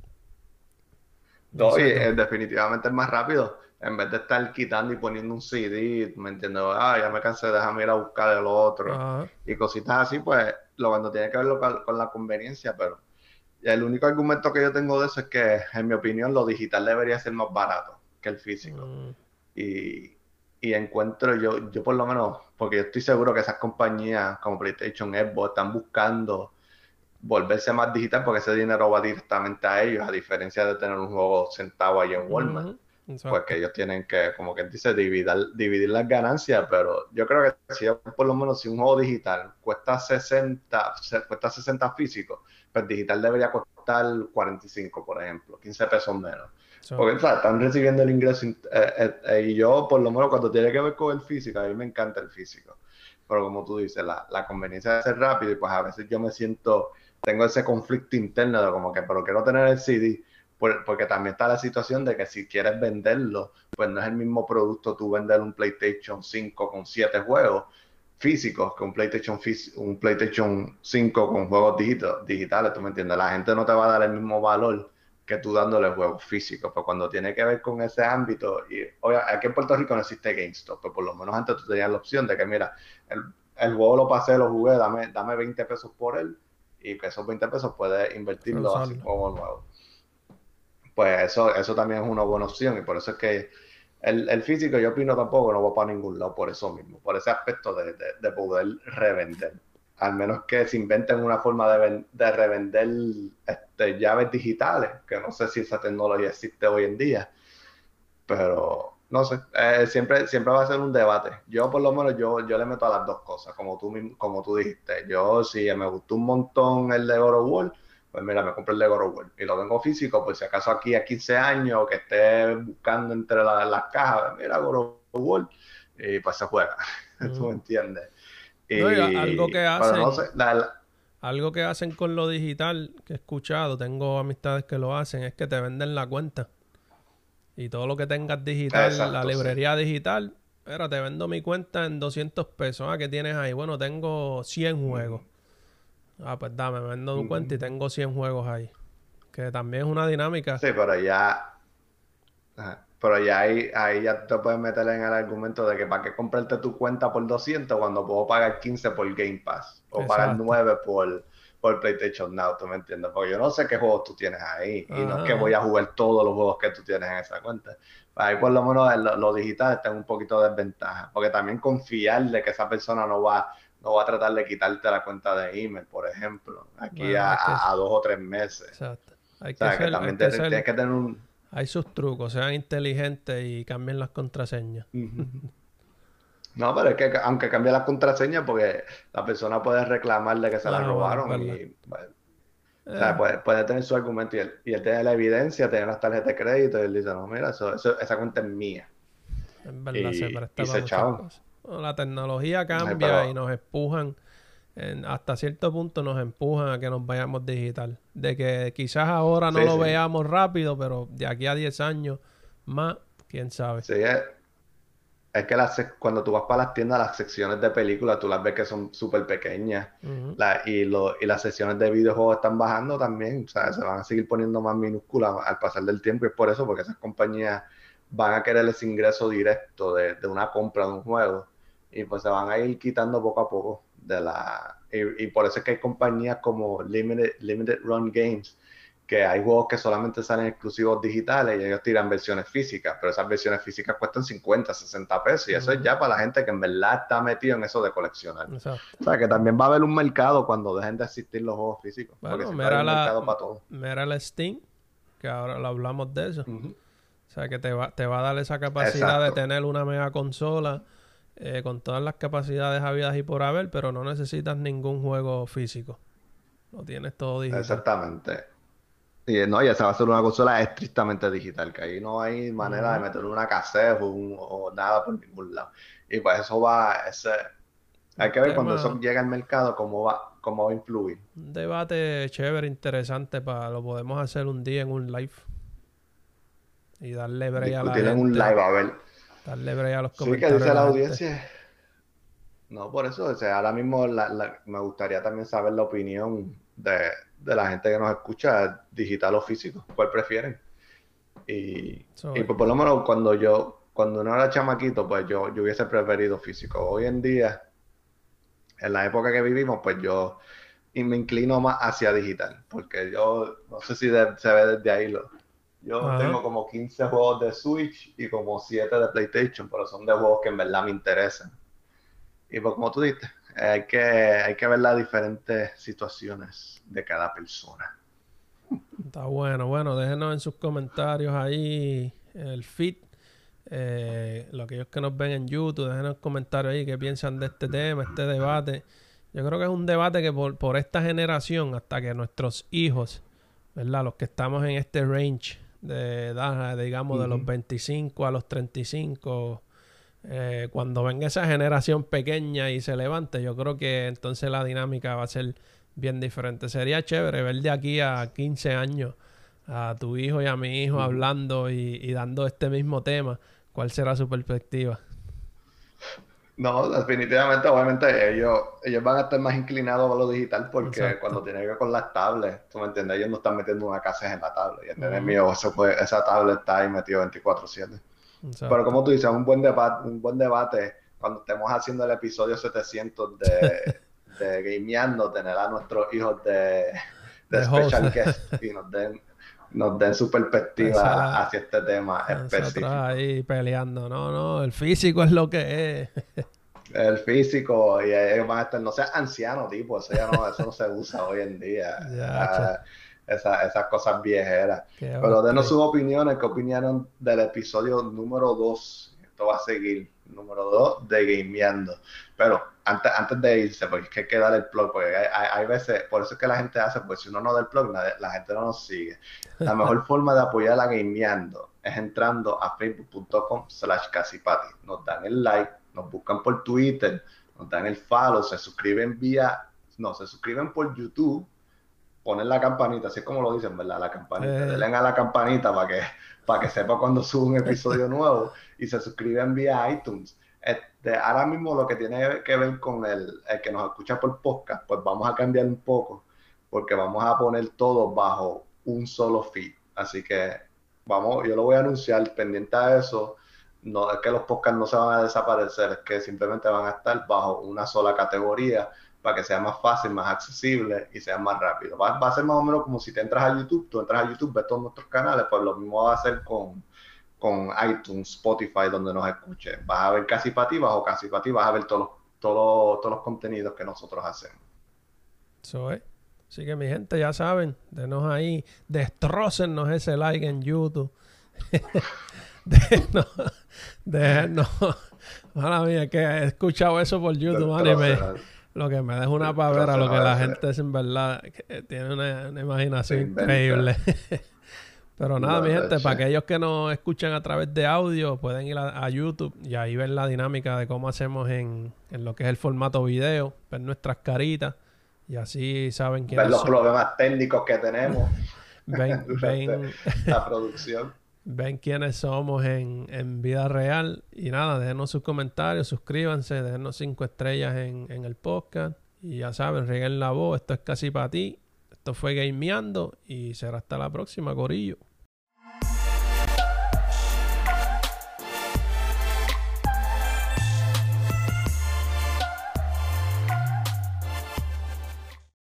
No No, y sé tú. eh, definitivamente es más rápido. En vez de estar quitando y poniendo un C D, ¿me entiendes? Ah, ya me cansé, déjame ir a buscar el otro. Ajá. Y cositas así, pues, lo cuando tiene que ver lo con, con la conveniencia, pero el único argumento que yo tengo de eso es que, en mi opinión, lo digital debería ser más barato que el físico. Mm, Y, y encuentro yo, yo por lo menos, porque yo estoy seguro que esas compañías como PlayStation, Xbox están buscando volverse más digital porque ese dinero va directamente a ellos, a diferencia de tener un juego sentado ahí en Walmart. ujú, Pues que exacto. ellos tienen que, como que dice, dividir, dividir las ganancias, pero yo creo que si yo, por lo menos si un juego digital cuesta sesenta se- cuesta sesenta físicos, pues digital debería costar cuarenta y cinco, por ejemplo, quince pesos menos. So, Porque o sea, están recibiendo el ingreso, eh, eh, eh, y yo por lo menos cuando tiene que ver con el físico, a mí me encanta el físico. Pero como tú dices, la, la conveniencia de ser rápido y pues a veces yo me siento, tengo ese conflicto interno de como que, pero quiero tener el C D, por- porque también está la situación de que si quieres venderlo, pues no es el mismo producto tú vender un PlayStation cinco con siete juegos físicos que un PlayStation, fí- un PlayStation cinco con juegos digito- digitales, ¿tú me entiendes? La gente no te va a dar el mismo valor que tú dándole juegos físicos, pero cuando tiene que ver con ese ámbito, y oye, aquí en Puerto Rico no existe GameStop, pero por lo menos antes tú tenías la opción de que, mira, el, el juego lo pasé, lo jugué, dame, dame veinte pesos por él, y que esos veinte pesos puedes invertirlo así reusarlo. como nuevo. Pues eso, eso también es una buena opción y por eso es que el, el físico yo opino tampoco no va para ningún lado por eso mismo, por ese aspecto de, de, de poder revender. Al menos que se inventen una forma de, ven- de revender este, llaves digitales, que no sé si esa tecnología existe hoy en día, pero no sé, eh, siempre, siempre va a ser un debate. Yo por lo menos yo, yo le meto a las dos cosas, como tú, mismo- como tú dijiste. Yo si me gustó un montón el de God of War, pues mira, me compro el de God of War y lo tengo físico, pues si acaso aquí a quince años que esté buscando entre la- las cajas, pues mira God of War y pues se juega, ¿tú Mm. me entiendes? No, y a- algo Y, que pero no sé, hacen, la, la- algo que hacen con lo digital, que he escuchado, tengo amistades que lo hacen, es que te venden la cuenta. Y todo lo que tengas digital, la exacto, sí. librería digital, pero te vendo mi cuenta en doscientos pesos. Ah, ¿qué tienes ahí? Bueno, tengo cien juegos. Ujú, Ah, pues dame, me vendo tu cuenta y ujú. tengo cien juegos ahí. Que también es una dinámica. Sí, pero ya. Ajá. Pero ya ahí, ahí ya te puedes meter en el argumento de que para qué comprarte tu cuenta por doscientos cuando puedo pagar quince por Game Pass o pagar Exacto. nueve por, por PlayStation Now, ¿tú me entiendes? Porque yo no sé qué juegos tú tienes ahí y no es Ajá, que voy ajá. a jugar todos los juegos que tú tienes en esa cuenta. Ahí por lo menos en lo, lo digital está en un poquito de desventaja, porque también confiar de que esa persona no va, no va a tratar de quitarte la cuenta de email, por ejemplo, aquí Bueno, a, hay que, a, a dos o tres meses. exacto. Hay O que sea, que ser, hay también que te- tienes ser, que tener un... hay sus trucos, sean inteligentes y cambien las contraseñas. Ujú. No, pero es que aunque cambie la contraseña, porque la persona puede reclamar de que se la Ah, bueno, es robaron verdad. y bueno, o sea, Eh, puede, puede tener su argumento y él, y él tiene la evidencia, tiene las tarjetas de crédito y él dice, no, mira, eso, eso- esa cuenta es mía. en verdad se Y, presta y para se muchas echaban. cosas. Bueno, la tecnología Ay, cambia y pero, nos empujan, en- hasta cierto punto nos empujan a que nos vayamos digital. De que quizás ahora no sí, lo sí, veamos rápido, pero de aquí a diez años más, quién sabe. sí, es, es que las sec- cuando tú vas para las tiendas, las secciones de películas, tú las ves que son súper pequeñas. Ujú, La, y, lo, y las secciones de videojuegos están bajando también, o sea, se van a seguir poniendo más minúsculas al pasar del tiempo y es por eso, porque esas compañías van a querer ese ingreso directo de, de una compra de un juego y pues se van a ir quitando poco a poco de la... Y, y por eso es que hay compañías como Limited, Limited Run Games, que hay juegos que solamente salen exclusivos digitales y ellos tiran versiones físicas, pero esas versiones físicas cuestan cincuenta, sesenta pesos y eso es ujú, ya para la gente que en verdad está metido en eso de coleccionar. exacto. O sea, que también va a haber un mercado cuando dejen de existir los juegos físicos, porque Bueno, siempre hay mira un la, mercado para todo. mira la Steam, que ahora lo hablamos de eso. Ujú. O sea, que te va, te va a dar esa capacidad de Exacto. tener una mega consola eh, con todas las capacidades habidas y por haber, pero no necesitas ningún juego físico. Lo tienes todo digital. Exactamente. Y no, y esa va a ser una consola estrictamente digital, que ahí no hay manera de Ujú. meter una cassette o, un- o nada por ningún lado. Y pues eso va, ese, hay Un que ver cuando eso tema, llegue al mercado cómo va, cómo va a influir. un debate chévere, interesante, para lo podemos hacer un día en un live y darle break a la Discutir en un gente, live, a ver. darle break a los Sí, que comentarios dice de la la gente. audiencia. No, por eso, o sea, ahora mismo la- la- me gustaría también saber la opinión de, de la gente que nos escucha, digital o físico, cuál prefieren. Y, Eso y es. pues por lo menos cuando yo, cuando no era chamaquito, pues yo, yo hubiese preferido físico. Hoy en día, en la época que vivimos, pues yo y me inclino más hacia digital, porque yo no sé si de- se ve desde ahí. Lo, yo Ajá. tengo como quince juegos de Switch y como siete de PlayStation, pero son de juegos que en verdad me interesan. Y pues como tú dices, eh, hay que, hay que ver las diferentes situaciones de cada persona. Está bueno. Bueno, déjenos en sus comentarios ahí en el feed. Eh, lo aquellos que nos ven en YouTube, déjenos comentarios ahí qué piensan de este tema, este debate. Yo creo que es un debate que por, por esta generación, hasta que nuestros hijos, ¿verdad? Los que estamos en este range de edad, digamos, de los Ujú. veinticinco a los treinta y cinco, eh, cuando venga esa generación pequeña y se levante, yo creo que entonces la dinámica va a ser bien diferente. Sería chévere ver de aquí a quince años a tu hijo y a mi hijo Ujú. hablando y, y dando este mismo tema. ¿Cuál será su perspectiva? No, definitivamente, obviamente ellos, ellos van a estar más inclinados a lo digital porque Exacto. cuando tienen que ver con las tablets, tú me entiendes, ellos no están metiendo una cassette en la tablet y el nene Ujú. mío, eso fue, esa tablet está ahí metido veinticuatro siete. Pero Exacto. como tú dices, un buen debate, un buen debate cuando estemos haciendo el episodio setecientos de, de Gameando, tener a nuestros hijos de, de De host. special guest y nos den, nos den su Esa perspectiva la, hacia este tema nosotros específico. ahí peleando. No, no, el físico es lo que es. El físico, y ellos van a estar, no seas anciano, tipo, eso ya no, eso no se usa hoy en día, Ya, che, ah, esa- esas cosas viejeras. qué va Pero denos estrés. sus opiniones, qué opinaron del episodio número dos. Esto va a seguir, número dos de Gameando. Pero antes, antes de irse, porque es que hay que dar el plug, porque hay, hay- hay veces, por eso es que la gente hace, pues si uno no da el plug, la, la gente no nos sigue. La mejor forma de apoyar a Gameando es entrando a facebook.com slash casipati. Nos dan el like, nos buscan por Twitter, nos dan el follow, se suscriben vía, no, se suscriben por YouTube, ponen la campanita, así es como lo dicen, ¿verdad? La campanita, Eh, denle a la campanita para que, para que sepa cuando suba un episodio nuevo y se suscriben vía iTunes. Este, ahora mismo lo que tiene que ver con el, el que nos escucha por podcast, pues vamos a cambiar un poco, porque vamos a poner todo bajo un solo feed. Así que vamos, yo lo voy a anunciar pendiente a eso. No es que los podcasts no se van a desaparecer, es que simplemente van a estar bajo una sola categoría para que sea más fácil, más accesible y sea más rápido. Va, va a ser más o menos como si te entras a YouTube, tú entras a YouTube, ves todos nuestros canales, pues lo mismo va a hacer con, con iTunes, Spotify, donde nos escuches. Vas a ver Casi para ti, bajo Casi para ti, vas a ver todos los, todos, todos los contenidos que nosotros hacemos. eso es. Así que mi gente, ya saben, denos ahí, destrócennos ese like en YouTube. Déjenos, déjenos. Mala mía, es que he escuchado eso por YouTube, man, y me, Destrocen, lo que me deja una pavera, destrocen lo que a la veces, gente es en verdad, que tiene una, una se imaginación inventa. increíble. Pero nada, mi No, gente, para leche. aquellos que nos escuchan a través de audio, pueden ir a, a YouTube y ahí ver la dinámica de cómo hacemos en, en lo que es el formato video, ver nuestras caritas y así saben Ver quiénes los son. problemas técnicos que tenemos Ven, durante ven, la producción. ven quiénes somos en, en vida real. Y nada, déjenos sus comentarios, suscríbanse, déjenos cinco estrellas en, en el podcast. Y ya saben, rieguen la voz. Esto es casi para ti. Esto fue Gameando y será hasta la próxima, Corillo.